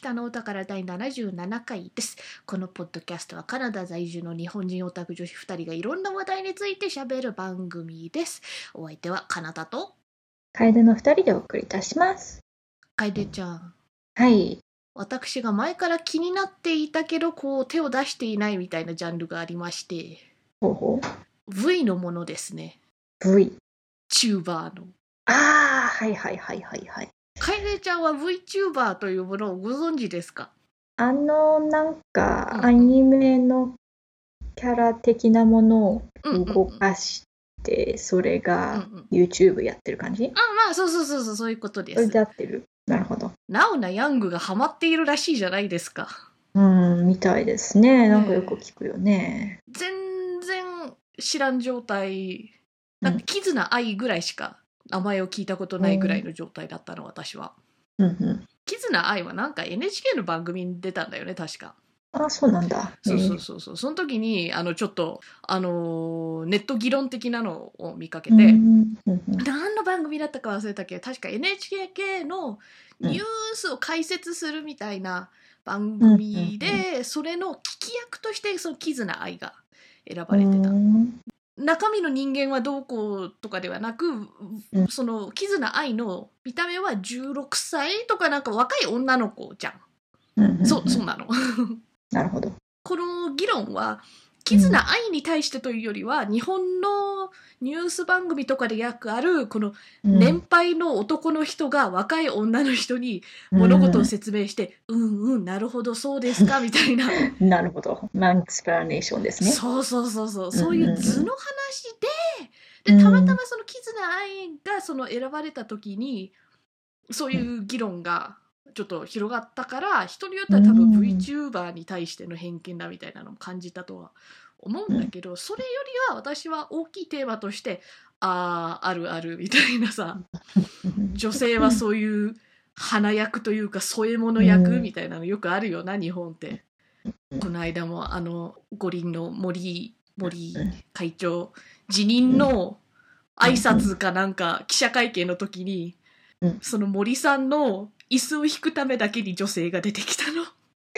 者のお宝第77回です。このポッドキャストはカナダ在住の日本人オタク女子2人がいろんな話題について喋る番組です。お相手はカナダと楓の2人でお送りいたします。 楓ちゃん。 はい。 私が前から気になっていたけど手を出していないみたいなジャンルがありまして。 ほうほう。V のものですね。 V。 チューバーの。 はい。 楓ちゃんは VTuber というものをご存知ですか？ なんか、アニメのキャラ的なものを動かして、それが YouTube やってる感じ？ まあ、そういうことです。 それで合ってる。なるほど。 ナウなヤングがハマっているらしいじゃないですか。 みたいですね。なんかよく聞くよね。 全然知らん状態。だってキズナアイぐらいしか名前を聞いたことないぐらいの状態だったの、私は。キズナアイはなんか NHK の番組に出たんだよね、確か。 そうなんだ。 そう。その時にちょっとネット議論的なのを見かけて、何の番組だったか忘れたけど、確か NHK のニュースを解説するみたいな番組で、それの聞き役としてそのキズナアイが選ばれてた。中身の人間はどうこうとかではなく、そのキズナアイの見た目は16歳とかなんか若い女の子じゃん。そうなの。 なるほど。 この議論はキズナアイに対してというよりは、日本のニュース番組とかでよくあるこの年配の男の人が若い女の人に物事を説明して、なるほどそうですかみたいな。 なるほど。マンスプラネーションですね。 そうそういう図の話で、たまたまそのキズナアイがその選ばれた時にそういう議論がちょっと広がったから、人によっては多分 VTuber に対しての偏見だみたいなのも感じたとは思うんだけど、それよりは私は大きいテーマとして、あるあるみたいなさ、女性はそういう花役というか添え物役みたいなのよくあるよな、日本って。この間も五輪の森会長辞任の挨拶かなんか記者会見の時に、その森さんの椅子を引くためだけに女性が出てきたの。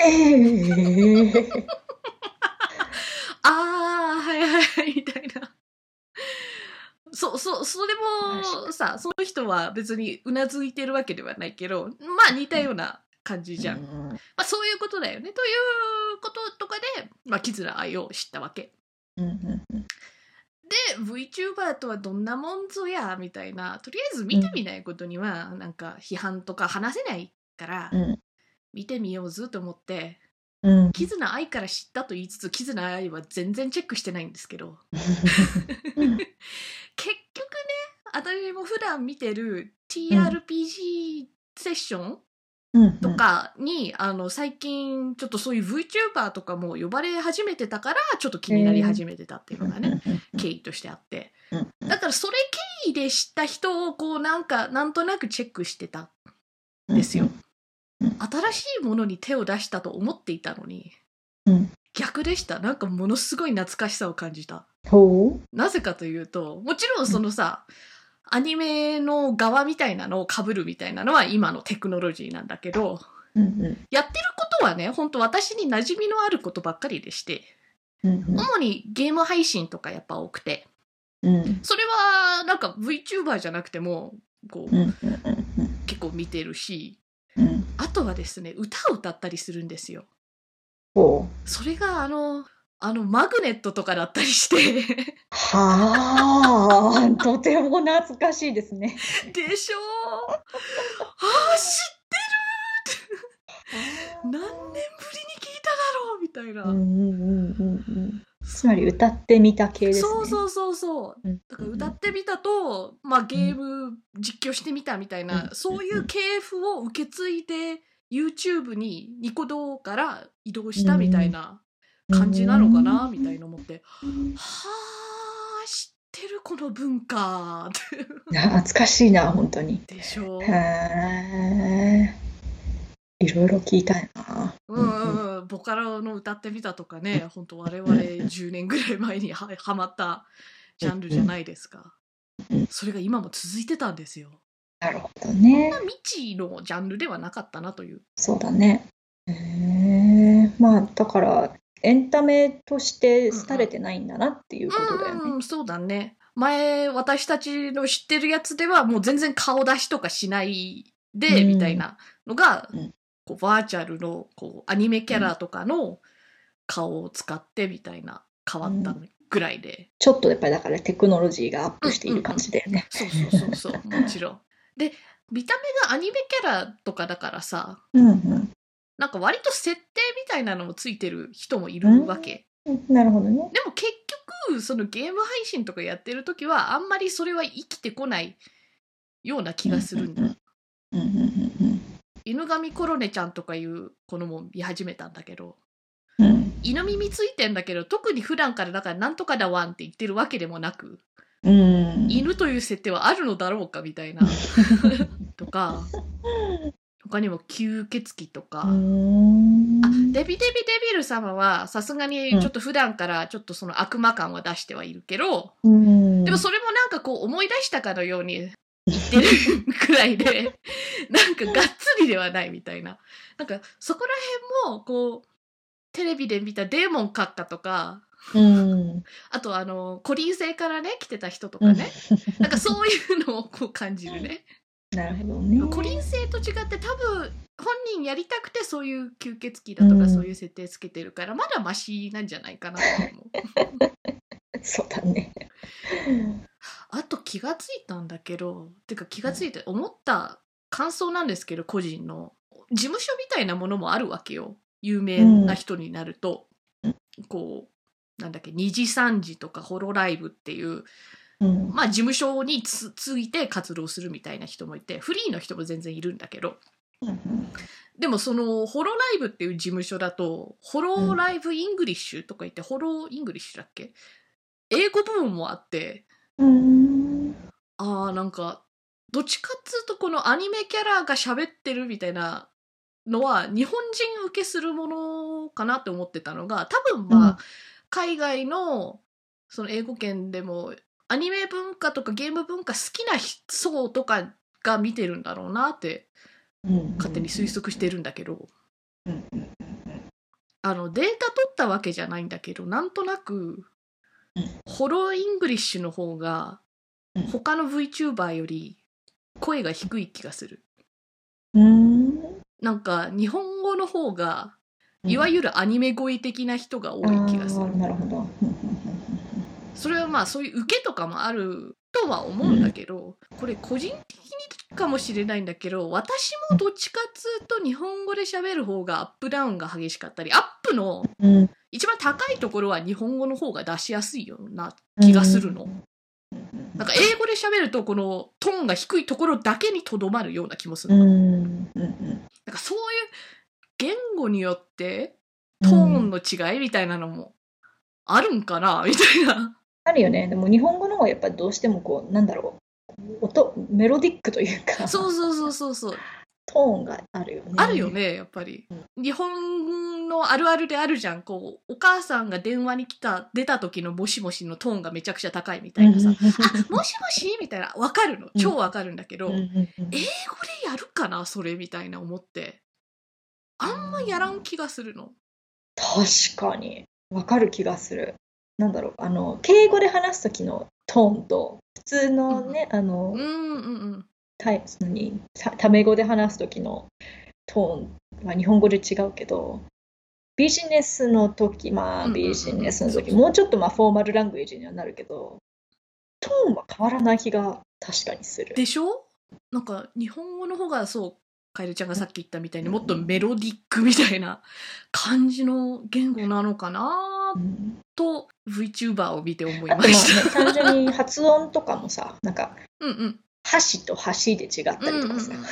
はいみたいな。それもさ、その人は別にうなずいてるわけではないけど、まあ似たような感じじゃん。まあそういうことだよね。ということとかで、キズナアイを知ったわけ。で、VTuber とはどんなもんぞやみたいな、とりあえず見てみないことにはなんか批判とか話せないから、見てみようずと思って、キズナアイから知ったと言いつつ、キズナアイは全然チェックしてないんですけど結局ね、私も普段見てる TRPG セッションとかに、最近ちょっとそういう VTuber とかも呼ばれ始めてたから、ちょっと気になり始めてたっていうのがね、経緯としてあって、だからそれ経緯で知った人をなんとなくチェックしてたんですよ。新しいものに手を出したと思っていたのに、逆でした。なんかものすごい懐かしさを感じた。なぜかというと、もちろんそのさ、アニメの側みたいなのを被るみたいなのは今のテクノロジーなんだけど、やってることはね、本当私に馴染みのあることばっかりでして、主にゲーム配信とかやっぱ多くて、それはなんか VTuber じゃなくても結構見てるし、あとはですね、歌を歌ったりするんですよ。それがマグネットとかだったりしてとても懐かしいですね。 でしょ知ってる何年ぶりに聞いただろうみたいな。 つまり歌ってみた系ですね。 そう。だから歌ってみたと、ゲーム実況してみたみたいな、そういう系譜を受け継いで YouTube にニコ動から移動したみたいな感じなのかなみたいな思って、知ってるこの文化懐かしいな、本当に。 でしょ。 いろいろ聞いたいな。 ボカロの歌ってみたとかね、本当我々10年ぐらい前にハマったジャンルじゃないですか。それが今も続いてたんですよ。 なるほどね。 こんな未知のジャンルではなかったなという。 そうだね。 まあだからエンタメとして廃れてないんだなっていうことだよね。 そうだね。前私たちの知ってるやつではもう全然顔出しとかしないで、みたいなのが、こうバーチャルのこうアニメキャラとかの顔を使ってみたいな変わったぐらいで、 ちょっとやっぱりだからテクノロジーがアップしている感じだよね。 そうもちろん。で見た目がアニメキャラとかだからさ、なんか割と設定みたいなのもついてる人もいるわけ。 なるほどね。 でも結局そのゲーム配信とかやってる時はあんまりそれは生きてこないような気がするんだ。犬神コロネちゃんとかいう子のも見始めたんだけど、犬耳ついてんだけど特に普段からだからなんとかだわんって言ってるわけでもなく、犬という設定はあるのだろうかみたいなとか、他にも吸血鬼とか、デビル様はさすがにちょっと普段からちょっとその悪魔感は出してはいるけど、でもそれもなんかこう思い出したかのように言ってるくらいでなんかがっつりではないみたいな、なんかそこら辺もこうテレビで見たデーモン閣下とか、あとコリン星からね来てた人とかね、なんかそういうのをこう感じるね。 なるほどね。 コリン星と違って多分本人やりたくてそういう吸血鬼だとかそういう設定つけてるからまだマシなんじゃないかなと思う。 そうだね。 あと気がついたんだけど、てか気がついて思った感想なんですけど、個人の事務所みたいなものもあるわけよ。有名な人になると、こうなんだっけ2時3時とかホロライブっていう、まあ事務所について活動するみたいな人もいて、フリーの人も全然いるんだけど、でもそのホロライブっていう事務所だとホロライブイングリッシュとか言って、ホロイングリッシュだっけ、英語部分もあって、なんかどっちかっつうとこのアニメキャラが喋ってるみたいなのは日本人受けするものかなって思ってたのが、多分まあ、海外のその英語圏でもアニメ文化とかゲーム文化好きな層とかが見てるんだろうなって勝手に推測してるんだけど、データ取ったわけじゃないんだけど、なんとなくホロイングリッシュの方が他の VTuber より声が低い気がする。なんか日本語の方がいわゆるアニメ声的な人が多い気がする。 なるほど。 それはまあそういう受けとかもあるとは思うんだけど、これ個人的にかもしれないんだけど、私もどっちかっつうと日本語で喋る方がアップダウンが激しかったり、アップの一番高いところは日本語の方が出しやすいような気がするの。なんか英語で喋るとこのトーンが低いところだけにとどまるような気もするの。なんかそういう言語によってトーンの違いみたいなのもあるんかなみたいな。 あるよね。でも日本語の方がやっぱりどうしてもこうなんだろう、メロディックというか、 そうトーンがあるよね。 あるよね、やっぱり。日本のあるあるであるじゃん。こうお母さんが電話に出た時のもしもしのトーンがめちゃくちゃ高いみたいなさ、もしもしみたいな、わかるの、超わかるんだけど、英語でやるかなそれみたいな思って、あんまやらん気がするの。 確かにわかる気がする。なんだろう、敬語で話す時のトーンと普通のね、タメ語で話す時のトーンは日本語で違うけど、ビジネスの時、もうちょっとフォーマルラングエージにはなるけど、トーンは変わらない気が確かにする。 でしょ？なんか日本語の方がそう、カエルちゃんがさっき言ったみたいにもっとメロディックみたいな感じの言語なのかなと VTuber を見て思いました。 単純に発音とかもさ、なんか箸と箸で違ったりとかさ、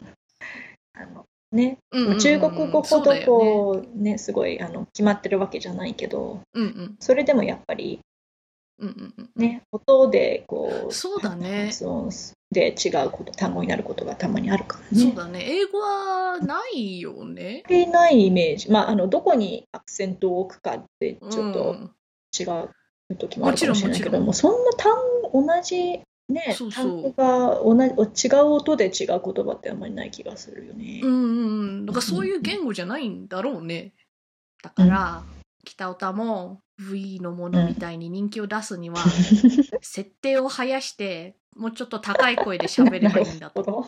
ね、中国語ほどこうね、すごい決まってるわけじゃないけど、それでもやっぱりね、音でこう、 そうだね、 発音で違う単語になることがたまにあるからね。 そうだね、英語はないよね。 ないイメージ。どこにアクセントを置くかってちょっと違う時もあるかもしれないけども、そんな同じね、単語が違う音で違う言葉ってあんまりない気がするよね。 だからそういう言語じゃないんだろうね。だから、北オタも V のものみたいに人気を出すには、設定を生やして、もうちょっと高い声で喋ればいいんだと。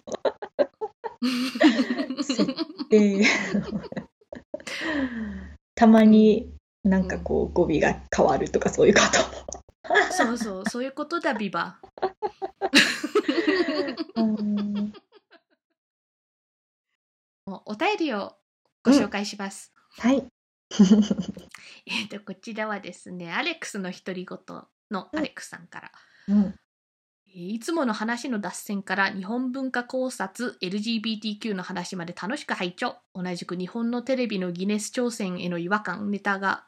設定たまになんかこう語尾が変わるとかそういうこと。 そうそう、そういうことだ、ビバ。お便りをご紹介します。 はい。 こちらはですね、アレックスの独り言のアレックスさんから。いつもの話の脱線から日本文化考察 LGBTQ の話まで楽しく拝聴。同じく日本のテレビのギネス挑戦への違和感、ネタが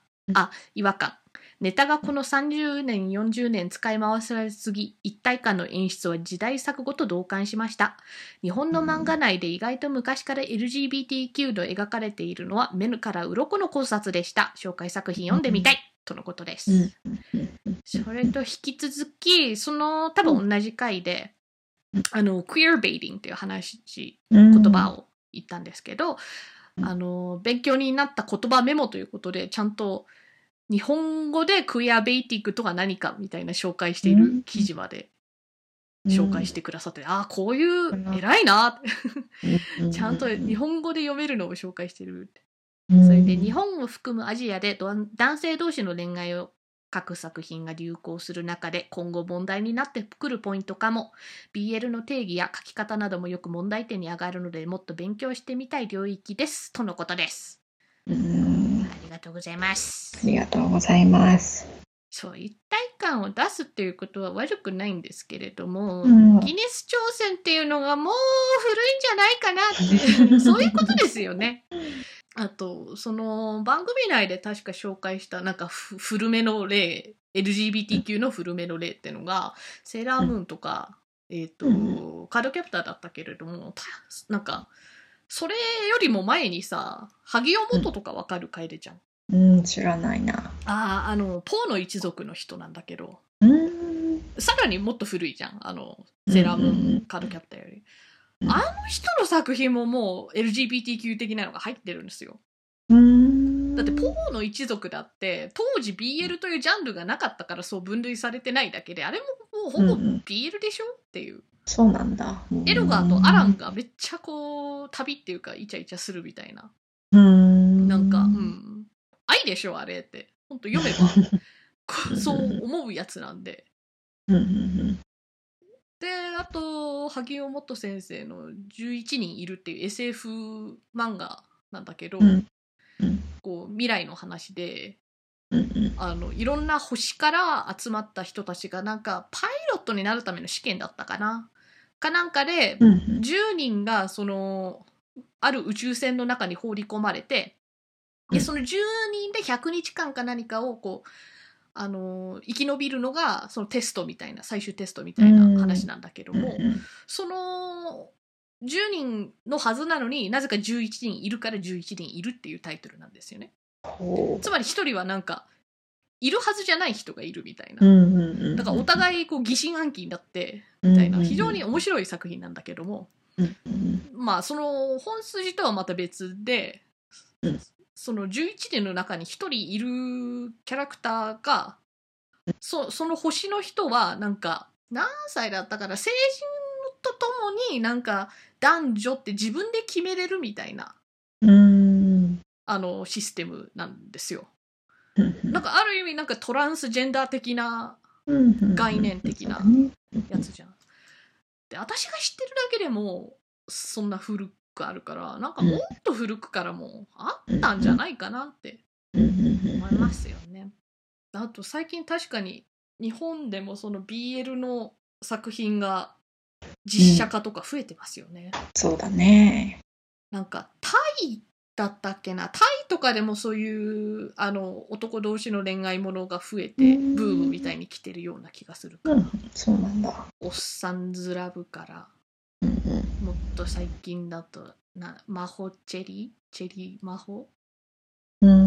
この30年40年使い回されすぎ、一体感の演出は時代錯誤と同感しました。日本の漫画内で意外と昔から LGBTQ の描かれているのは目から鱗の考察でした。紹介作品読んでみたいとのことです。それと引き続き、その多分同じ回で、queer baiting という言葉を言ったんですけど、勉強になった言葉メモということで、ちゃんと日本語でクイアベイティングとは何かみたいな紹介している記事まで紹介してくださって、こういう偉いなちゃんと日本語で読めるのを紹介してる。それで日本を含むアジアで男性同士の恋愛を書く作品が流行する中で今後問題になってくるポイントかも。 BL の定義や書き方などもよく問題点に上がるのでもっと勉強してみたい領域ですとのことです。ありがとうございます。 ありがとうございます。 そう、一体感を出すっていうことは悪くないんですけれども、ギネス挑戦っていうのがもう古いんじゃないかなってそういうことですよね。あとその番組内で確か紹介したなんか古めの例、 LGBTQ の古めの例っていうのがセーラームーンとか、カードキャプターだったけれども、なんかそれよりも前にさ、萩尾元とかわかる楓ちゃん。 知らないな。 ポーの一族の人なんだけど、さらにもっと古いじゃん、セーラームーン、カードキャプターより。あの人の作品ももう LGBTQ 的なのが入ってるんですよ。だってポーの一族だって当時 BL というジャンルがなかったからそう分類されてないだけで、あれももうほぼ BL でしょっていう。 そうなんだ。 エルガーとアランがめっちゃこう旅っていうかイチャイチャするみたいな。なんか愛でしょあれって。ほんと読めばそう思うやつなんで。で、あと萩尾元先生の11人いるっていう SF 漫画なんだけど、こう未来の話で、いろんな星から集まった人たちがなんかパイロットになるための試験だったかなんかで、10人がそのある宇宙船の中に放り込まれて、でその10人で100日間か何かをこう生き延びるのがそのテストみたいな、最終テストみたいな話なんだけども、その10人のはずなのになぜか11人いるから11人いるっていうタイトルなんですよね。つまり1人はなんかいるはずじゃない人がいるみたいな。だからお互いこう疑心暗鬼になってみたいな、非常に面白い作品なんだけども、まあその本筋とはまた別で、その11人の中に1人いるキャラクターが、その星の人はなんか何歳だったかな、成人とともになんか男女って自分で決めれるみたいなシステムなんですよ。なんかある意味なんかトランスジェンダー的な概念的なやつじゃん。で、私が知ってるだけでもそんな古くあるから、なんかもっと古くからもあったんじゃないかなって思いますよね。あと最近確かに日本でもその BL の作品が実写化とか増えてますよね。 そうだね。 なんかタイだったっけな、タイとかでもそういう男同士の恋愛ものが増えてブームみたいに来てるような気がするから、 そうなんだ。 おっさんずラブから、もっと最近だと魔法チェリー魔法、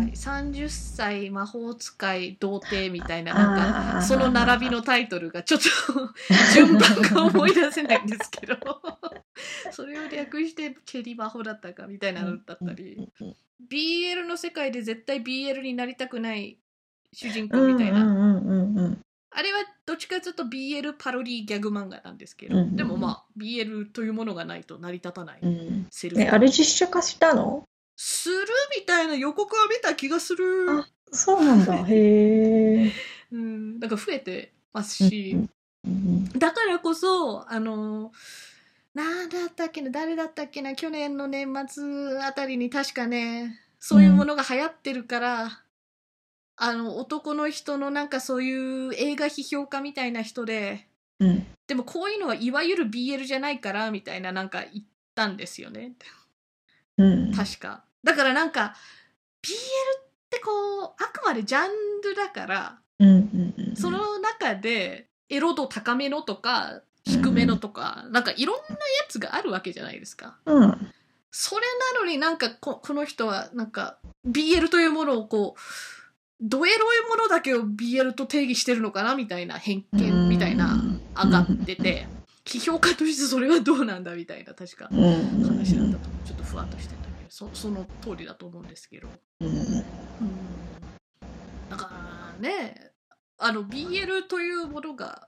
30歳魔法使い童貞みたいな、なんかその並びのタイトルがちょっと順番が思い出せないんですけどそれを略してチェリ魔法だったかみたいなのだったり、BL の世界で絶対 BL になりたくない主人公みたいな、あれはどっちかというと BL パロディギャグ漫画なんですけど、でもまあ BL というものがないと成り立たないセルフ、 あれ実写化したの？ するみたいな予告は見た気がする。 あ、そうなんだ。へえ。 なんか増えてますし、だからこそなんだったっけな、誰だったっけな、去年の年末あたりに確かね、そういうものが流行ってるから、男の人のなんかそういう映画批評家みたいな人で、でもこういうのはいわゆる BL じゃないからみたいななんか言ったんですよね。確か。だからなんか BL ってこうあくまでジャンルだから、その中でエロ度高めのとか低めのとか、なんかいろんなやつがあるわけじゃないですか。それなのになんかこの人はなんか BL というものをこうドエロいものだけを BL と定義してるのかなみたいな偏見みたいな上がってて、批評家としてそれはどうなんだみたいな確か話だったと、ちょっとふわっとしてたけど、その通りだと思うんですけど、だからね、BL というものが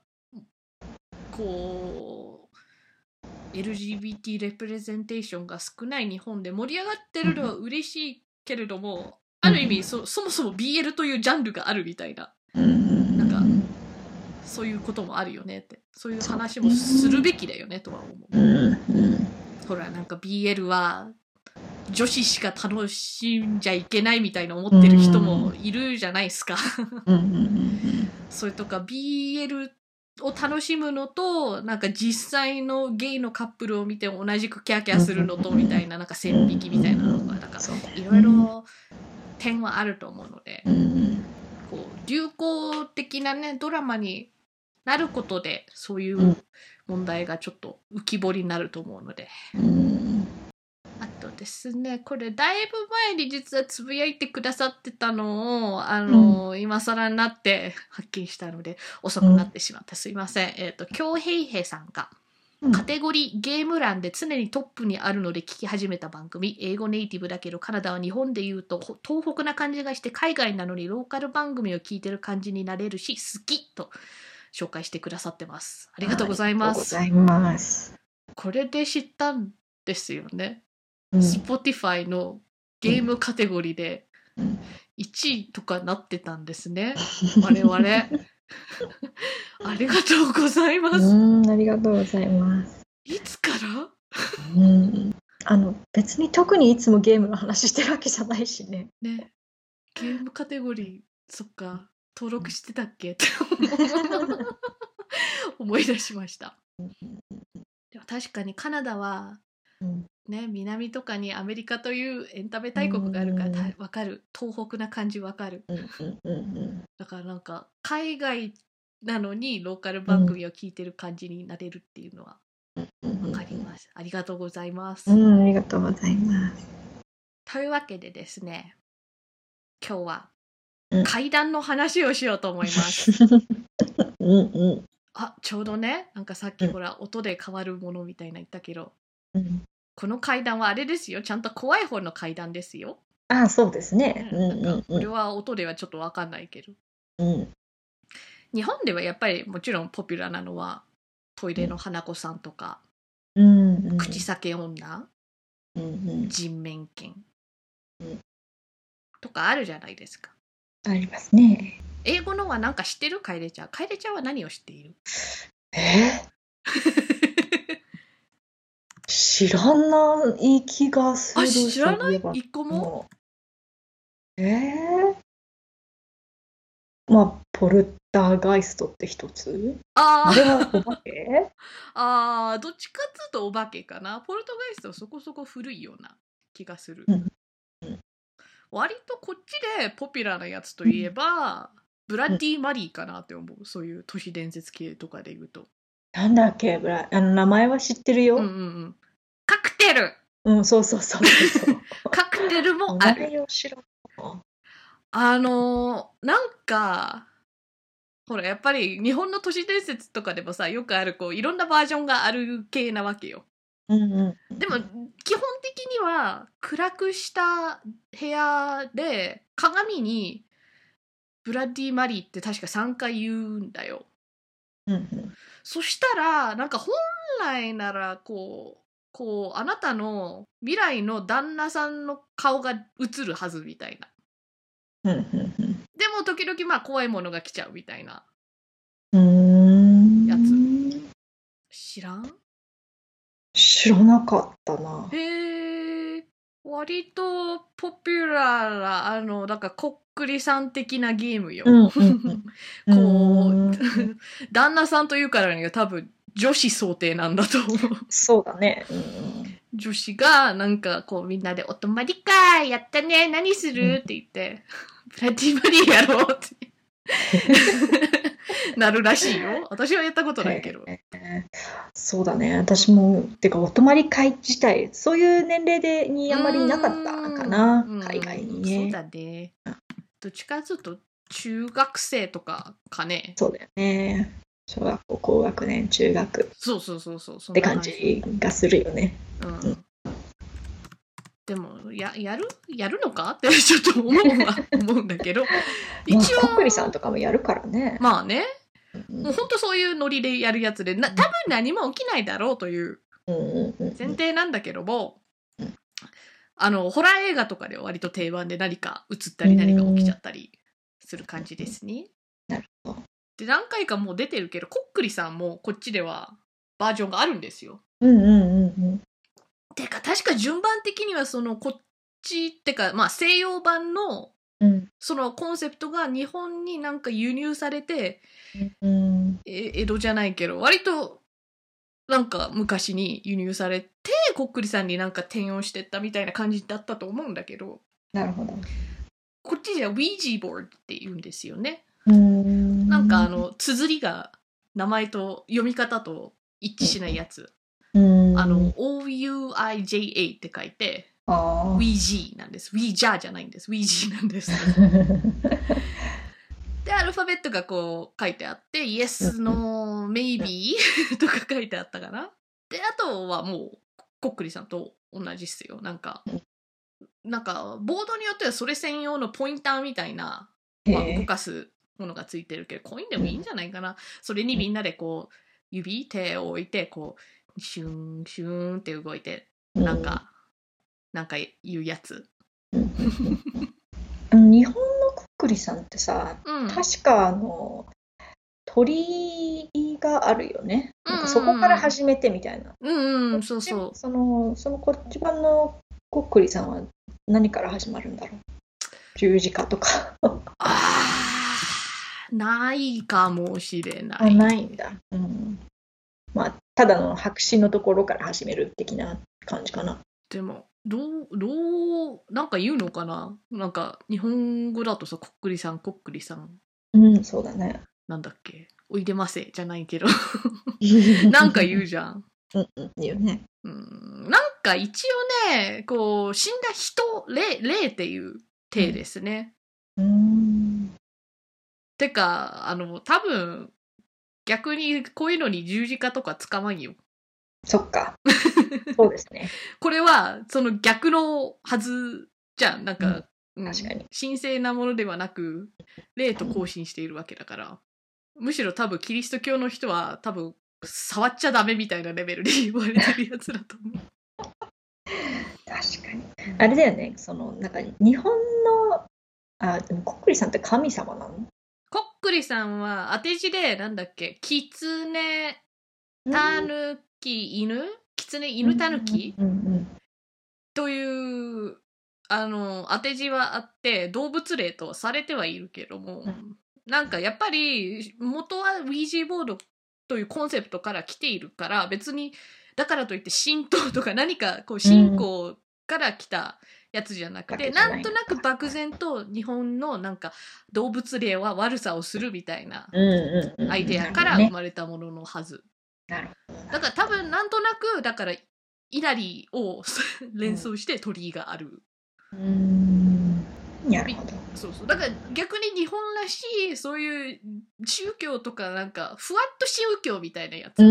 こう LGBT レプレゼンテーションが少ない日本で盛り上がってるのは嬉しいけれども、ある意味そもそも BL というジャンルがあるみたいな、なんかそういうこともあるよねって、そういう話もするべきだよねとは思う。ほらなんか BL は女子しか楽しんじゃいけないみたいな思ってる人もいるじゃないですかそれとか BL を楽しむのとなんか実際のゲイのカップルを見て同じくキャーキャーするのとみたいな、なんか線引きみたいなのがなんかいろいろ点はあると思うので、こう流行的なねドラマになることでそういう問題がちょっと浮き彫りになると思うので、あとですね、これだいぶ前に実はつぶやいてくださってたのを今更になって発見したので遅くなってしまったすいません。京平平さんがカテゴリーゲーム欄で常にトップにあるので聞き始めた番組、英語ネイティブだけどカナダは日本で言うと東北な感じがして海外なのにローカル番組を聞いてる感じになれるし好きと紹介してくださってます。ありがとうございます。 ありがとうございます。 これで知ったんですよね。Spotify のゲームカテゴリーで1位とかなってたんですね。我々ありがとうございます。 ありがとうございます。 いつから別に特にいつもゲームの話してるわけじゃないしね。 ね、ゲームカテゴリーそっか登録してたっけって思い出しました。でも確かにカナダは、ね、南とかにアメリカというエンタメ大国があるから分かる、東北な感じ分かる、だからなんか海外なのにローカル番組を聞いてる感じになれるっていうのは分かります。ありがとうございます。 ありがとうございます。 というわけでですね、今日は怪談の話をしようと思いますあ、ちょうどね、なんかさっきほら、音で変わるものみたいな言ったけど、この怪談はあれですよ、ちゃんと怖い方の怪談ですよ。 あ、そうですね。 なんかこれは音ではちょっと分かんないけど、日本ではやっぱりもちろんポピュラーなのはトイレの花子さんとか、口裂け女、人面犬、とかあるじゃないですか。 ありますね。 英語のはなんか知ってる？カエレちゃん。カエレちゃんは何を知っている？ 知らない気がする。 知らない？一個も？ まあポルターガイストって一つ。あれはお化け？ どっちかっていうとお化けかな。ポルターガイストはそこそこ古いような気がする。割とこっちでポピュラーなやつといえば、ブラッディ・マリーかなって思う。そういう都市伝説系とかで言うと。 なんだっけ、名前は知ってるよ。 カクテル。 そう。 カクテルもある。 名前を知らん。 なんか、ほら、やっぱり日本の都市伝説とかでもさ、よくある、こう、いろんなバージョンがある系なわけよ。 うんうん。 でも、基本的には、暗くした部屋で、鏡に、ブラッディ・マリーって確か3回言うんだよ。 うんうん。 そしたら、なんか本来なら、こう、あなたの未来の旦那さんの顔が映るはずみたいな。 うんうんうん。 でも時々まあ怖いものが来ちゃうみたいなやつ。知らん？ 知らなかったな。 へえ。割とポピュラーな、なんかこっくりさん的なゲームよ。こう、旦那さんというからには多分女子想定なんだと思う。 そうだね。 女子がなんかこうみんなでお泊まりかやったね何するって言って、ブラッディマリーやろうってなるらしいよ。私はやったことないけど。 そうだね。私もてかお泊まり会自体そういう年齢にあんまりいなかったかな、海外にね。 そうだね。どっちかというと中学生とかかね。 そうだよね。小学校高学年中学。 そうって感じがするよね。 でもやるのかってちょっと思うんだけど、 一応こっくりさんとかもやるからね。 まあね、もう本当そういうノリでやるやつで多分何も起きないだろうという前提なんだけども、ホラー映画とかでは割と定番で何か映ったり何か起きちゃったりする感じですね。 なるほど。 で何回かもう出てるけど、こっくりさんもこっちではバージョンがあるんですよ。てか確か順番的にはそのこっちってかまあ西洋版のそのコンセプトが日本になんか輸入されて、江戸じゃないけど割となんか昔に輸入されてこっくりさんになんか転用してったみたいな感じだったと思うんだけど。 なるほど。 こっちじゃ Ouija board って言うんですよね。なんか綴りが名前と読み方と一致しないやつ。OUIJA って書いてOuija なんです。Ouija じゃないんです。Ouija なんです。で、アルファベットがこう書いてあって、Yes, No, Maybe とか書いてあったかな。で、あとはもう、こっくりさんと同じっすよ。なんか、ボードによってはそれ専用のポインターみたいな、動かすものがついてるけど、コインでもいいんじゃないかな。それにみんなでこう、手を置いて、こう、シューン、シューンって動いて、なんか言うやつ。 日本のこっくりさんってさ、確か鳥居があるよね。なんかそこから始めてみたいな。 そうそう。 そのこっち版のこっくりさんは何から始まるんだろう。十字架とか。 ないかもしれない。 ないんだ。まあただの白紙のところから始める的な感じかな。 でもなんか言うのかな。なんか日本語だとさ、こっくりさん。 そうだね。 なんだっけ、おいでませじゃないけどなんか言うじゃん。 言うね。 なんか一応ね、こう死んだ人霊っていう体ですね。てか多分逆にこういうのに十字架とか使わんよ。 そっか。そうですね。 これはその逆のはずじゃん。なんか、 確かに神聖なものではなく霊と交信しているわけだから、むしろ多分キリスト教の人は多分触っちゃダメみたいなレベルで言われてるやつだと思う。 確かに。あれだよね。なんか日本のでもこっくりさんって神様なの？ こっくりさんは当て字でなんだっけ、キツネタヌキ犬、キツネ犬タヌキという当て字はあって動物霊とされてはいるけども、なんかやっぱり元はウィージーボードというコンセプトから来ているから、別にだからといって神道とか何かこう信仰から来たやつじゃなくて、なんとなく漠然と日本のなんか動物霊は悪さをするみたいなアイデアから生まれたもののはず。だから多分なんとなくだから稲荷を連想して鳥居がある。 なるほど。 そうそう。だから逆に日本らしい、そういう宗教とかなんか、ふわっと宗教みたいなやつ。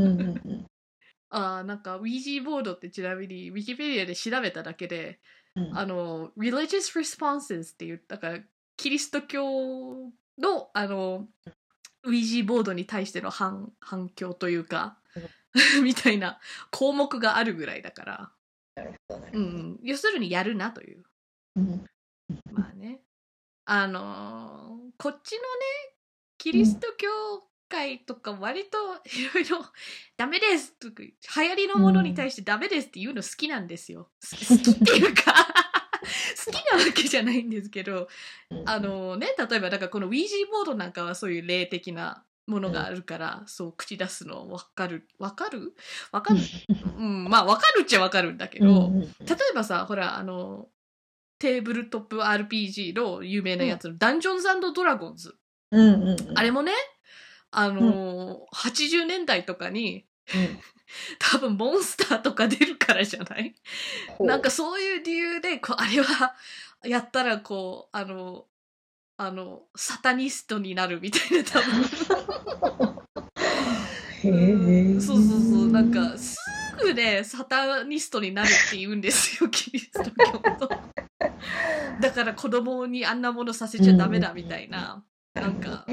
なんか、ウィージーボードってちなみに、ウィキペディアで調べただけで、religious responses って言った、だから、キリスト教の、ウィージーボードに対しての反響というか、みたいな項目があるぐらいだから、要するにやるなという。まあね。こっちのね、キリスト教会とか割といろいろダメですとか、流行りのものに対してダメですって言うの好きなんですよ。好きっていうか好きなわけじゃないんですけど、例えばなんかこのウィージーボードなんかはそういう霊的なものがあるから、そう口出すの分かるまあ分かるっちゃ分かるんだけど、例えばさ、ほらテーブルトップ RPG の有名なやつのダンジョンズ&ドラゴンズ。あれもね、80年代とかに、多分モンスターとか出るからじゃない？なんかそういう理由で、あれは、やったらこう、サタニストになるみたいな、多分。そうそうそう、なんか、すぐね、サタニストになるって言うんですよ、キリスト教と。だから子供にあんなものさせちゃダメだみたいな、なんか、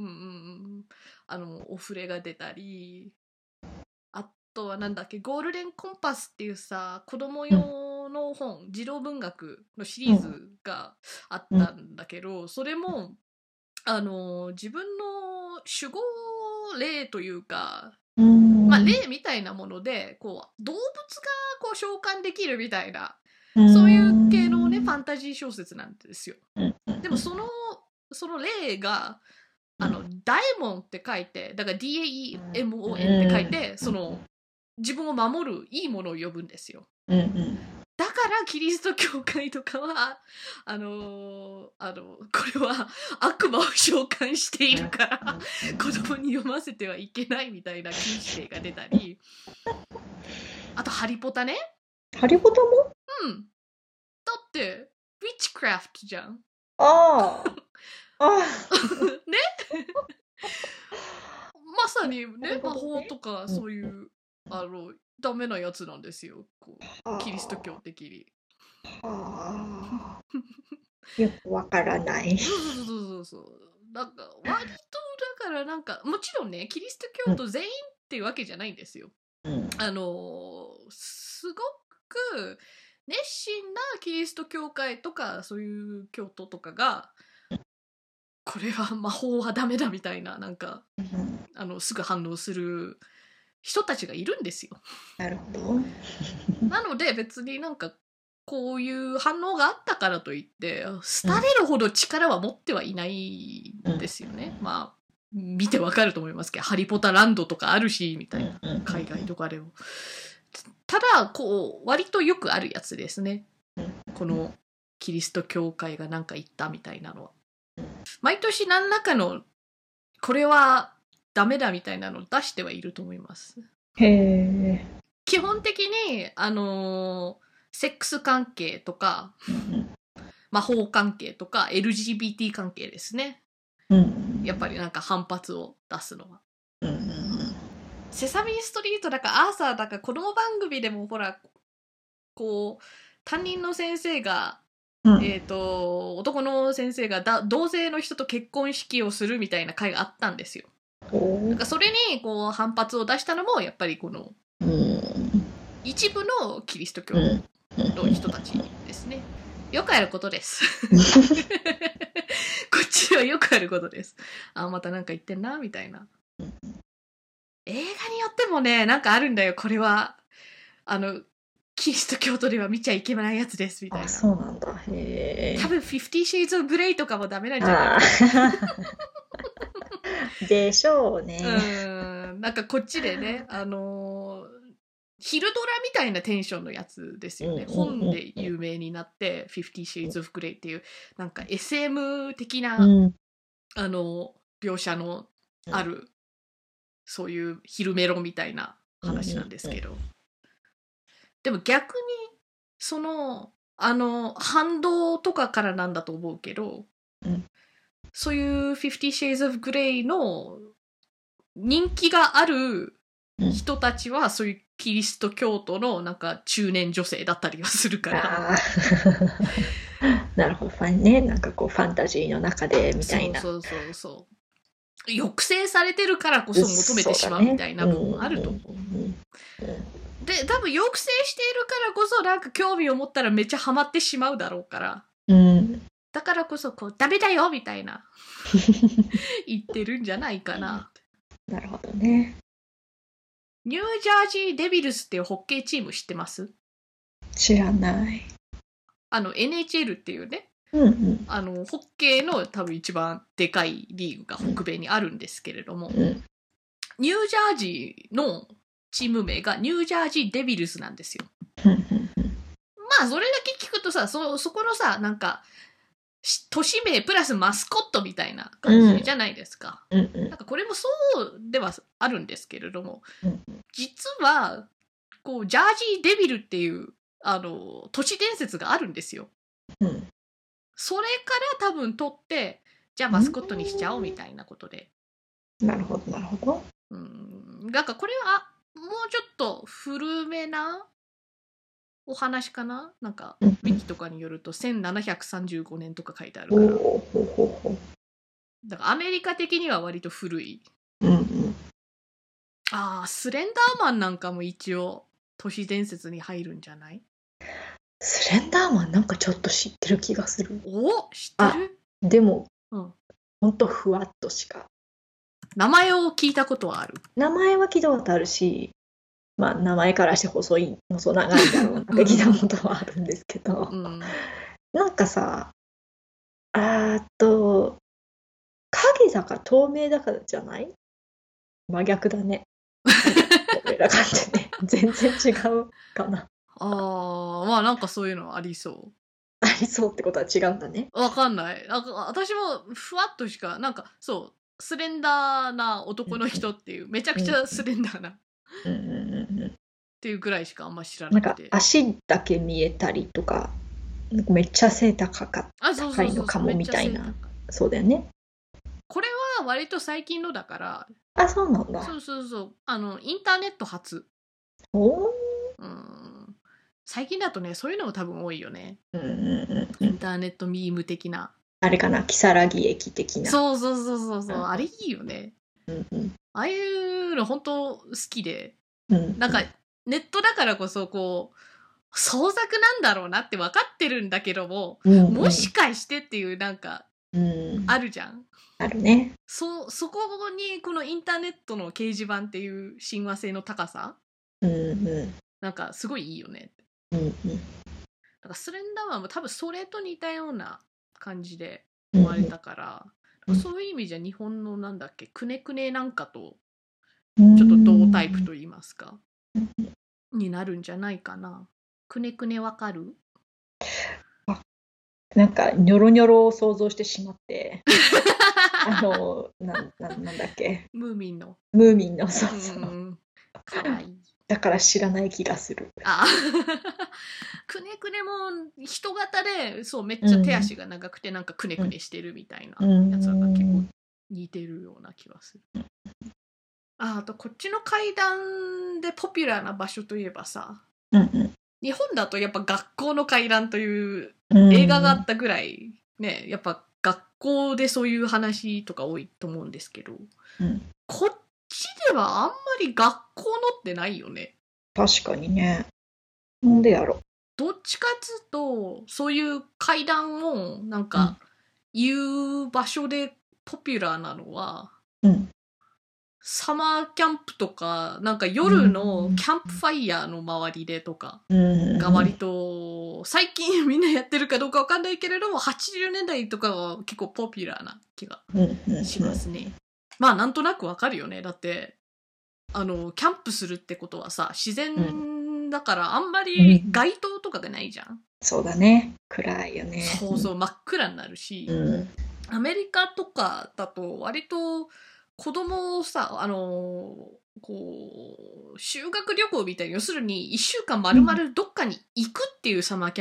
お触れが出たり、あとはなんだっけ、ゴールデンコンパスっていうさ、子供用の本、児童文学のシリーズがあったんだけど、それも、自分の守護霊というか、まあ、霊みたいなもので、こう、動物がこう召喚できるみたいな、そういう系のね、ファンタジー小説なんですよ。でもその霊が、ダエモンって書いて、だから DAEMON って書いて、自分を守るいいものを呼ぶんですよ。だからキリスト教会とかはこれは悪魔を召喚しているから子供に読ませてはいけないみたいな禁止令が出たり、あとハリポタね。 ハリポタも？ だってウィッチクラフトじゃん。ねまさにね、魔法とかそういうダメなやつなんですよ、こうキリスト教的に。 よくわからない。 そうなんか割とだからなんかもちろんね、キリスト教徒全員っていうわけじゃないんですよ。すごく熱心なキリスト教会とかそういう教徒とかがこれは魔法はダメだみたいな、なんかすぐ反応する人たちがいるんですよ。 なるほど。 なので別になんかこういう反応があったからといって廃れるほど力は持ってはいないんですよね。まあ見てわかると思いますけど、ハリポタランドとかあるしみたいな、海外とかでも。ただこう割とよくあるやつですね、このキリスト教会がなんか言ったみたいなのは。毎年何らかのこれはダメだみたいなのを出してはいると思います。基本的にセックス関係とか魔法関係とか LGBT 関係ですね、やっぱりなんか反発を出すのは。セサミストリートだかアーサーだか子供番組でもほらこう担任の先生が、男の先生が同性の人と結婚式をするみたいな会があったんですよ。なんかそれにこう反発を出したのもやっぱりこの一部のキリスト教の人たちですね。よくあることですこっちはよくあることです。またなんか言ってんなみたいな。映画によってもね、なんかあるんだよ。これはキリスト教徒では見ちゃいけないやつですみたいな。 そうなんだ。へ多分50 Shades of Grey とかもダメなんじゃないかなでしょうね。 なんかこっちでね、昼ドラみたいなテンションのやつですよね。本で有名になって50 Shades of Grey っていうなんか SM 的な、描写のある、そういう昼メロみたいな話なんですけど、でも逆にその反動とかからなんだと思うけど、そういう50 Shades of Grey の人気がある人たちは、そういうキリスト教徒のなんか中年女性だったりはするから。 なるほどね。なんかこうファンタジーの中でみたいな。 そう抑制されてるからこそ求めてしまうみたいな部分あると思う。で、多分抑制しているからこそなんか興味を持ったらめっちゃハマってしまうだろうから。だからこそこうダメだよみたいな言ってるんじゃないかな。 なるほどね。 ニュージャージーデビルスっていうホッケーチーム知ってます？ 知らない。 NHL っていうね、ホッケーの多分一番でかいリーグが北米にあるんですけれども、ニュージャージーのチーム名がニュージャージーデビルスなんですよ。まあそれだけ聞くとさ、そこのさ、なんか都市名プラスマスコットみたいな感じじゃないですか。なんかこれもそうではあるんですけれども、実はこうジャージーデビルっていう都市伝説があるんですよ。それから多分取ってじゃあマスコットにしちゃおうみたいなことで。 なるほどなるほど。 なんかこれはもうちょっと古めなお話かな。なんかウィキとかによると1735年とか書いてあるから。だからアメリカ的には割と古い。スレンダーマンなんかも一応都市伝説に入るんじゃない？ スレンダーマンなんかちょっと知ってる気がする。 知ってる？ でも、ほんとふわっとしか。 名前を聞いたことはある？ 名前は聞いたことあるし、まあ名前からして細長いだろうなって聞いたことはあるんですけど、なんかさ、影坂透明だからじゃない？真逆だね。俺ら感じね。全然違うかな。 まあなんかそういうのありそう。 ありそうってことは違うんだね。 わかんない。私もふわっとしか、なんかそう、スレンダーな男の人っていう、めちゃくちゃスレンダーな。っていうぐらいしかあんま知らなくて。 なんか足だけ見えたりとか、めっちゃ背高いのかもみたいな。そうだよね。 これは割と最近のだから。 そうなんだ。 そう。インターネット初。最近だとね、そういうのも多分多いよね。インターネットミーム的な。 あれかな、如月駅的な。 そう。あれいいよね。ああいうの本当好きで。なんか、ネットだからこそ、こう、創作なんだろうなって分かってるんだけども、もしかしてっていうなんか、あるじゃん。 あるね。 そこにこのインターネットの掲示板っていう親和性の高さ、なんかすごいいいよね。だからスレンダーマンも多分それと似たような感じで生まれたから、そういう意味じゃ日本のなんだっけ、くねくねなんかとちょっと同タイプと言いますか、になるんじゃないかな。くねくねわかる？ なんかニョロニョロを想像してしまってなんだっけ、 ムーミンのそうかわいい。 だから知らない気がする。 くねくねも人型で、そうめっちゃ手足が長くてなんかくねくねしてるみたいなやつが結構似てるような気がする。あとこっちの階段でポピュラーな場所といえばさ、日本だとやっぱ学校の階段という映画があったぐらいね、やっぱ学校でそういう話とか多いと思うんですけど、こっちではあんまり学校のってないよね。 確かにね。なんでやろ。 どっちかっつうとそういう階段をなんか言う場所でポピュラーなのは、サマーキャンプとかなんか夜のキャンプファイヤーの周りでとかが割と最近みんなやってるかどうかわかんないけれども、80年代とかは結構ポピュラーな気がしますね。まあなんとなくわかるよね。だってキャンプするってことはさ、自然だからあんまり街灯とかがないじゃん。 そうだね。暗いよね。 そう真っ暗になるし、アメリカとかだと割と子供をさ、こう修学旅行みたいに、要するに1週間丸々どっかに行くっていうサマーキャンプ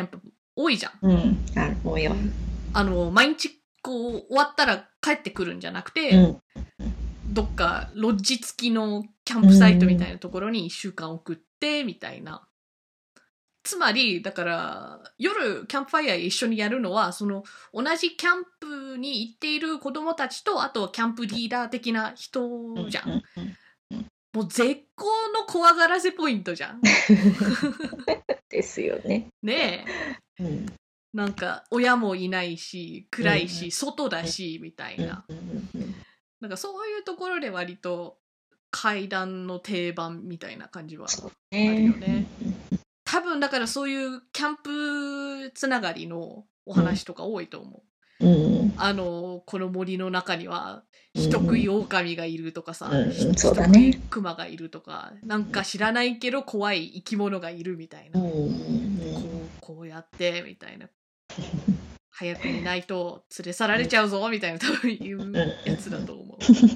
多いじゃん。 多いよ。 毎日こう終わったら帰ってくるんじゃなくて、どっかロッジ付きのキャンプサイトみたいなところに1週間送ってみたいな。つまりだから夜キャンプファイヤー一緒にやるのはその同じキャンプに行っている子供たちと、あとキャンプリーダー的な人じゃん。もう絶好の怖がらせポイントじゃん。 ですよね。 ねえ。なんか親もいないし暗いし外だしみたいな。なんかそういうところで割と階段の定番みたいな感じはあるよね。多分だからそういうキャンプつながりのお話とか多いと思う。この森の中には人食い狼がいるとかさ、人食い熊がいるとか、なんか知らないけど怖い生き物がいるみたいな。こうやってみたいな。早くにないと連れ去られちゃうぞみたいな多分言うやつだと思う。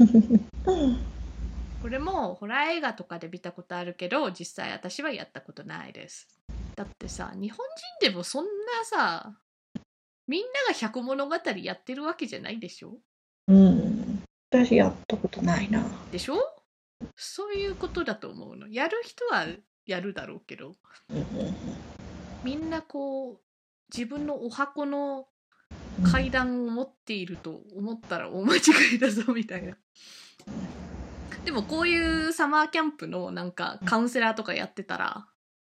これもホラー映画とかで見たことあるけど、実際私はやったことないです。だってさ、日本人でもそんなさ、みんなが百物語やってるわけじゃないでしょ？ 私やったことないな。 でしょ？そういうことだと思うの。やる人はやるだろうけど、みんなこう自分のお箱の階段を持っていると思ったら大間違いだぞみたいな。でもこういうサマーキャンプのなんかカウンセラーとかやってたら、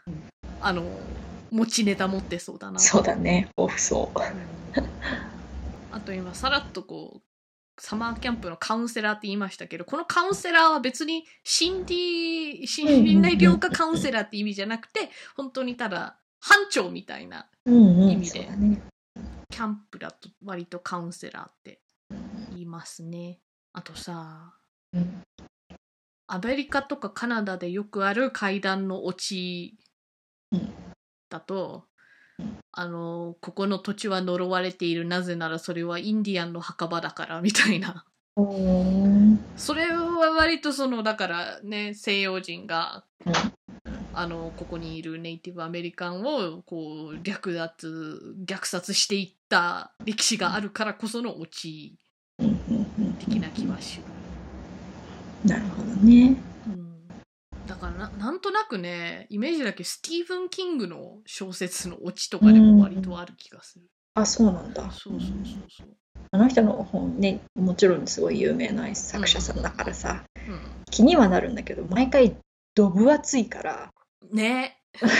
持ちネタ持ってそうだな。 そうだね、オフそう。 あと今さらっとこうサマーキャンプのカウンセラーって言いましたけど、このカウンセラーは別に心理内療科カウンセラーって意味じゃなくて、本当にただ班長みたいな意味で、キャンプだと割とカウンセラーって言いますね。あとさ、アメリカとかカナダでよくある階段のオチだと、ここの土地は呪われている、なぜならそれはインディアンの墓場だからみたいな。それは割とそのだからね、西洋人がここにいるネイティブアメリカンをこう虐殺していった歴史があるからこそのオチ的な気はする。 なるほどね。 だからなんとなくね、イメージだけスティーブン・キングの小説のオチとかでも割とある気がする。 あ、そうなんだ。 そう。 あの人の本ね、もちろんすごい有名な作者さんだからさ、気にはなるんだけど、毎回どぶ厚いからね。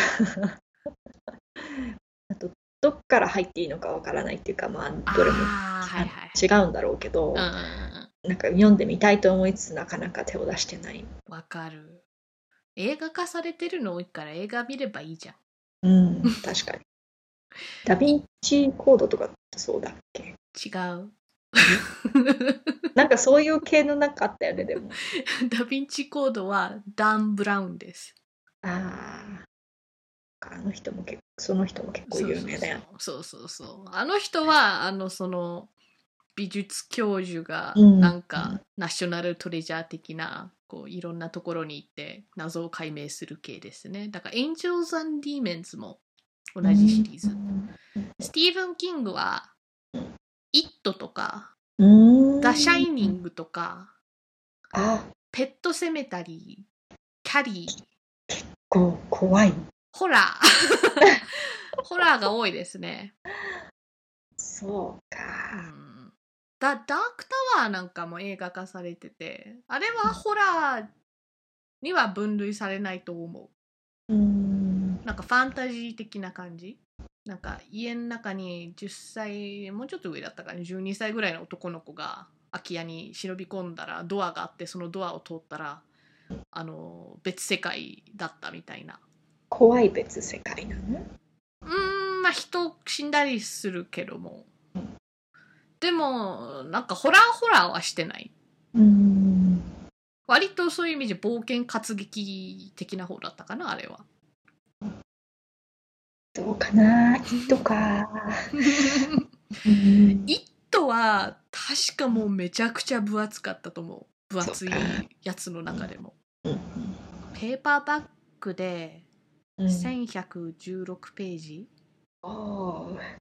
あとどっから入っていいのかわからないっていうか、まあどれも違うんだろうけど、なんか読んでみたいと思いつつなかなか手を出してない。 わかる。映画化されてるの多いから映画見ればいいじゃん。確かに。ダヴィンチコードとかそうだっけ？ 違う。 なんかそういう系のなんかあったよね、でも。 ダヴィンチコードはダン・ブラウンです。その人も結構有名だよ。 そう。あの人はその美術教授がなんかナショナルトレジャー的なこういろんなところに行って謎を解明する系ですね。だから Angels and Demons も同じシリーズ。スティーブン・キングは It とかThe Shining とかペットセメタリー、キャリー、 結構怖いホラーホラーが多いですね。 そうか。 ダークタワーなんかも映画化されてて、あれはホラーには分類されないと思う。なんかファンタジー的な感じ。なんか家の中に10歳、もうちょっと上だったかね、12歳ぐらいの男の子が空き家に忍び込んだらドアがあって、そのドアを通ったら別世界だったみたいな。 怖い別世界なの？ まあ人死んだりするけども、でもなんかホラーはしてない。割とそういう意味で冒険活劇的な方だったかな、あれは。 どうかな、イットか。 イットは確かもうめちゃくちゃ分厚かったと思う。分厚いやつの中でも。ペーパーバッグで1116ページおー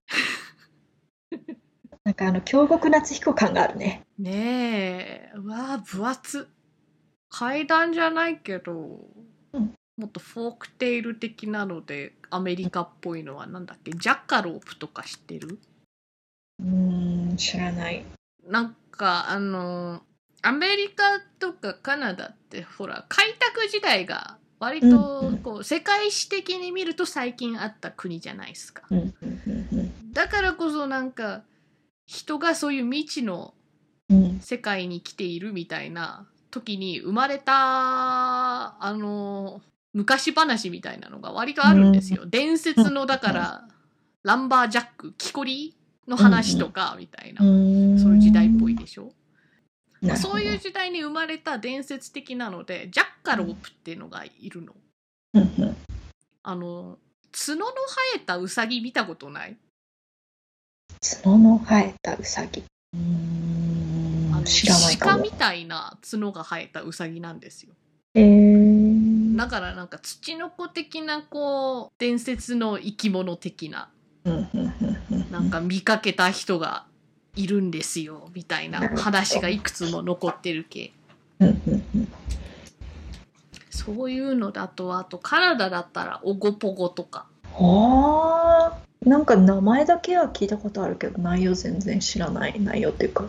なんか京極夏彦感があるね。 ねえ、うわー分厚。階段じゃないけど、 うんもっとフォークテイル的なのでアメリカっぽいのはなんだっけ、ジャッカロープとか知ってる？ 知らない。 なんかアメリカとかカナダってほら開拓時代が割とこう世界史的に見ると最近あった国じゃないですか。だからこそなんか人がそういう未知の世界に来ているみたいな時に生まれた昔話みたいなのが割とあるんですよ。伝説のだからランバージャック、木こりの話とかみたいな、そういう時代っぽいでしょ。そういう時代に生まれた伝説的なので、ジャッカロープっていうのがいるの。角の生えたウサギ見たことない？ 角の生えたウサギ。知らないかも。 鹿みたいな角が生えたウサギなんですよ。だからなんか土の子的なこう伝説の生き物的な、なんか見かけた人がいるんですよみたいな話がいくつも残ってる系。そういうのだと、あとカナダだったらオゴポゴとか。 なんか名前だけは聞いたことあるけど内容全然知らない。内容っていうか、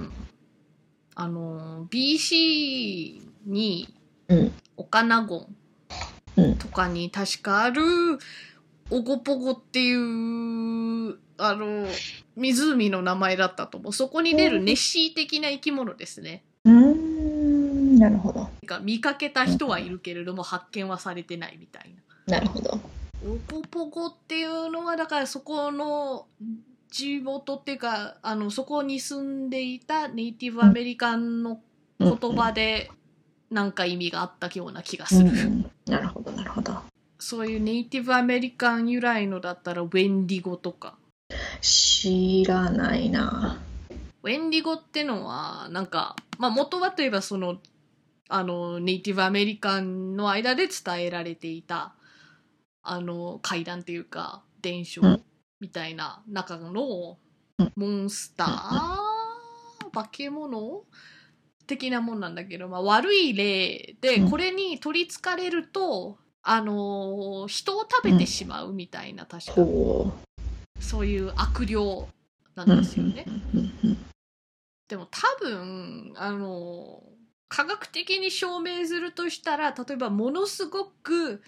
BC にオカナゴンとかに確かあるオゴポゴっていう湖の名前だったと思う。そこに出るネッシー的な生き物ですね。 なるほど。 見かけた人はいるけれども発見はされてないみたいな。なるほど。 オゴポゴっていうのはだからそこの地元っていうかそこに住んでいたネイティブアメリカンの言葉でなんか意味があったような気がする。 なるほどなるほど。 そういうネイティブアメリカン由来のだったらウェンディゴとか。 知らないな。 ウェンディゴってのはなんか元はといえばそのネイティブアメリカンの間で伝えられていた怪談っていうか伝承みたいな中のモンスター、化け物的なもんなんだけど、悪い例でこれに取りつかれると人を食べてしまうみたいな、確かそういう悪霊なんですよね。でも多分科学的に証明するとしたら、例えばものすごく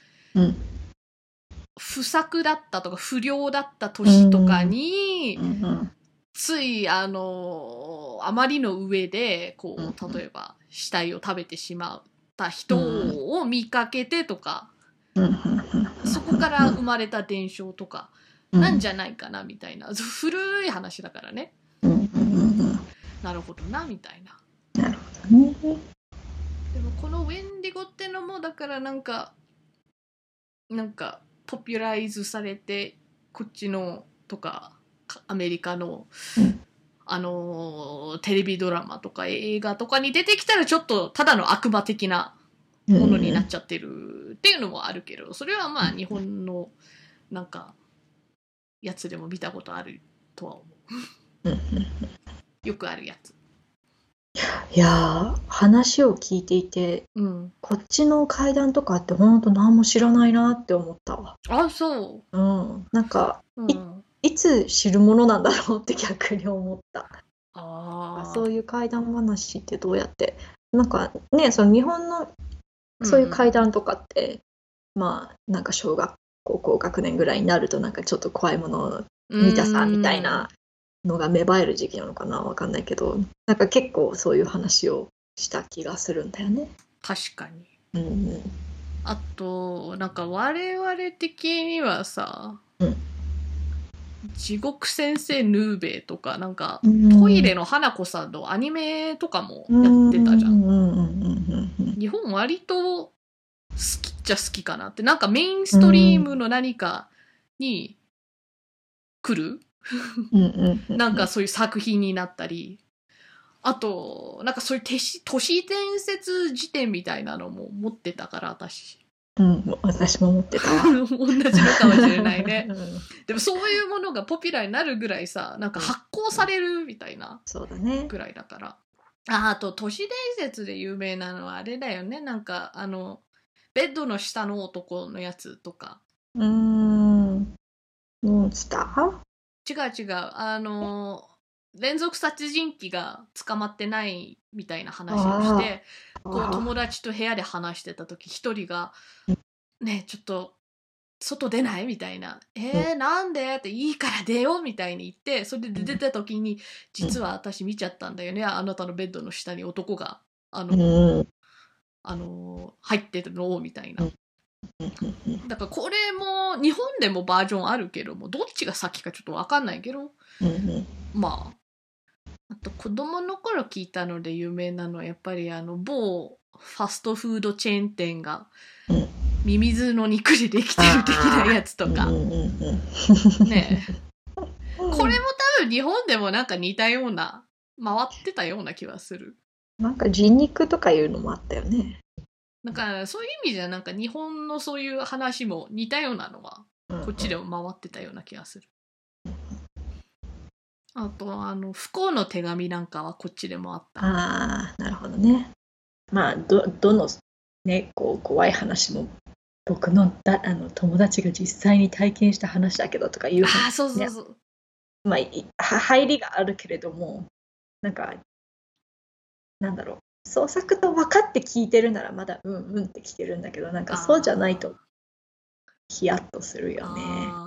不作だったとか不良だった年とかに、ついあまりの上でこう例えば死体を食べてしまった人を見かけてとか、そこから生まれた伝承とかなんじゃないかなみたいな、古い話だからね。なるほどなみたいな。 なるほどね。 でもこのウェンディゴってのもだからなんかポピュライズされてこっちのとかアメリカの、テレビドラマとか映画とかに出てきたらちょっとただの悪魔的なものになっちゃってるっていうのもあるけど、それは日本のなんかやつでも見たことあるとは思う。よくあるやつ。 いや話を聞いていて、こっちの怪談とかって本当何も知らないなって思ったわ。 そう。 なんか、いつ知るものなんだろうって逆に思った。そういう怪談話ってどうやってなんかね、その日本のそういう怪談とかって、なんか小学校高学年ぐらいになるとなんかちょっと怖いものを見たさみたいなのが芽生える時期なのかな、わかんないけど、なんか結構そういう話をした気がするんだよね。 確かに。あとなんか我々的にはさ、地獄先生ヌーベイとかなんかトイレの花子さんのアニメとかもやってたじゃん。日本割と好きっちゃ好きかなって、なんかメインストリームの何かに来るなんかそういう作品になったり、あとなんかそういう都市伝説辞典みたいなのも持ってたから私。 うん、私も思ってたわ。 同じのかもしれないね。 うん、 でもそういうものがポピュラーになるぐらいさ、なんか発行されるみたいなそうだね。 ぐらいだから。あと都市伝説で有名なのはあれだよね。なんかベッドの下の男のやつとか。 モンスター？ 違う違う。連続殺人鬼が捕まってないみたいな話をして、こう友達と部屋で話してた時、一人が、ね、ちょっと、外出ないみたいな。なんでっていいから出ようみたいに言って、それで出た時に、実は私見ちゃったんだよね。あなたのベッドの下に男が、入ってるのをみたいな。だからこれも日本でもバージョンあるけども、どっちが先かちょっと分かんないけど、まあと子供の頃聞いたので有名なのはやっぱり某ファストフードチェーン店がミミズの肉でできてる的なやつとかねえ、これも多分日本でもなんか似たような回ってたような気はする。 なんか人肉とかいうのもあったよね。 なんかそういう意味じゃなんか日本のそういう話も似たようなのがこっちでも回ってたような気がする。あと不幸の手紙なんかはこっちでもあった。 ああ、なるほどね。まあどのねこう怖い話も僕の友達が実際に体験した話だけどとかいう話、 ね、そうそうそう。 まあ入りがあるけれども、なんかなんだろう。創作と分かって聞いてるならまだうんって聞けるんだけど、なんかそうじゃないとヒヤッとするよね。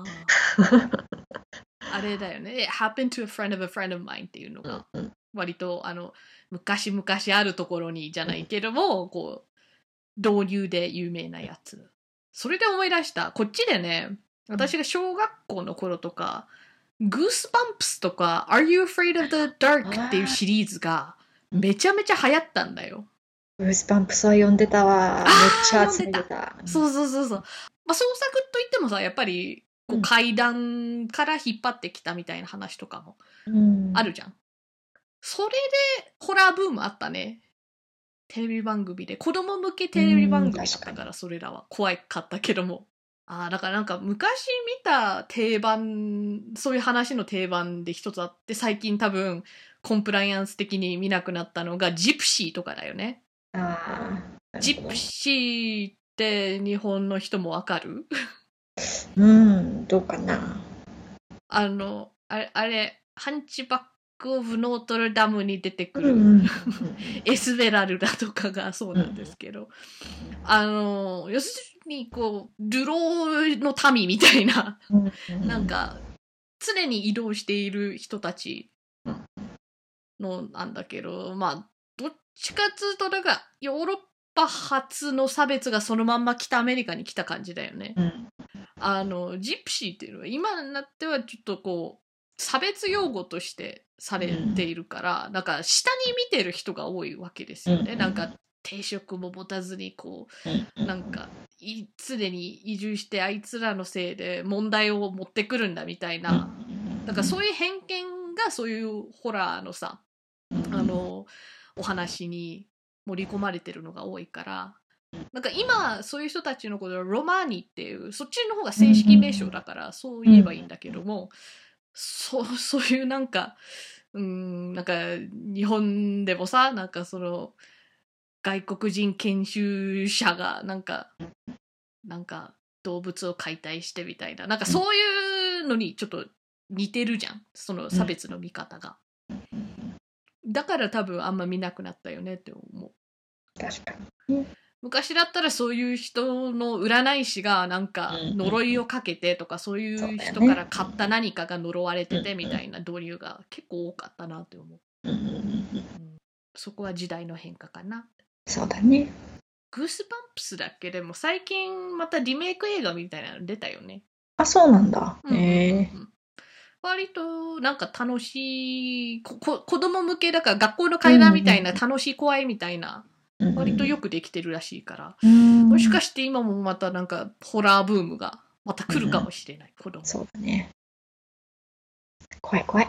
あれだよね。It happened to a friend of a friend of mine っていうのが、割と昔々あるところにじゃないけども、こう導入で有名なやつ。それで思い出した。こっちでね、私が小学校の頃とか、Goosebumps とか Are You Afraid of the Dark っていうシリーズがめちゃめちゃ流行ったんだよ。 グースバンプスは読んでたわ。めっちゃ集めてた。 そう。まあ、創作といってもさ、やっぱりこう階段から引っ張ってきたみたいな話とかもあるじゃん。それでホラーブームあったね。テレビ番組で。子供向けテレビ番組だったから、それらは怖かったけども。だからなんか昔見た定番、そういう話の定番で一つあって、最近多分コンプライアンス的に見なくなったのがジプシーとかだよね。ジプシーって日本の人もわかる？ どうかな。 あれ、ハンチバック・オブ・ノートルダムに出てくる、エスベラルダとかがそうなんですけど、要するにこう、流浪の民みたいな、なんか、常に移動している人たちのなんだけど、まあ、どっちかっつうと、なんか、ヨーロッパ発の差別がそのまんま北アメリカに来た感じだよね。ジプシーっていうのは今になってはちょっとこう差別用語としてされているから、なんか下に見てる人が多いわけですよね。なんか定職も持たずにこうなんか常に移住してあいつらのせいで問題を持ってくるんだみたいな、だからそういう偏見がそういうホラーのさお話に盛り込まれてるのが多いから。なんか今そういう人たちのことはロマーニっていうそっちの方が正式名称だからそう言えばいいんだけども、そういうなんかなんか日本でもさなんかその外国人研修者がなんか動物を解体してみたいななんかそういうのにちょっと似てるじゃん、その差別の見方が。だから多分あんま見なくなったよねって思う。 確かに。 昔だったらそういう人の占い師がなんか呪いをかけてとかそういう人から買った何かが呪われててみたいな導入が結構多かったなって思う。そこは時代の変化かな。 そうだね。 グースバンプスだっけでも最近またリメイク映画みたいなの出たよね。 あ、そうなんだ。 割となんか楽しい子供向けだから学校の階段みたいな楽しい怖いみたいな。割とよくできてるらしいから、もしかして今もまたなんかホラーブームがまた来るかもしれない、子供。 そうだね。怖い。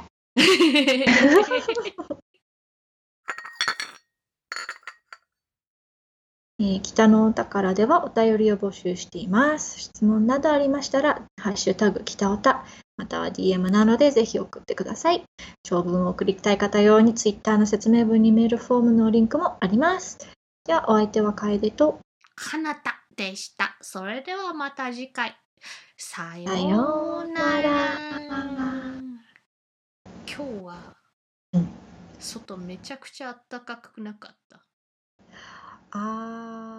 北のお宝ではお便りを募集しています。質問などありましたら、ハッシュタグ北おた、または DM なのでぜひ送ってください。長文を送りたい方用に Twitter の説明文にメールフォームのリンクもあります。では、お相手は楓とかなたでした。それではまた次回。さようなら。 今日は、外めちゃくちゃ暖かくなかった。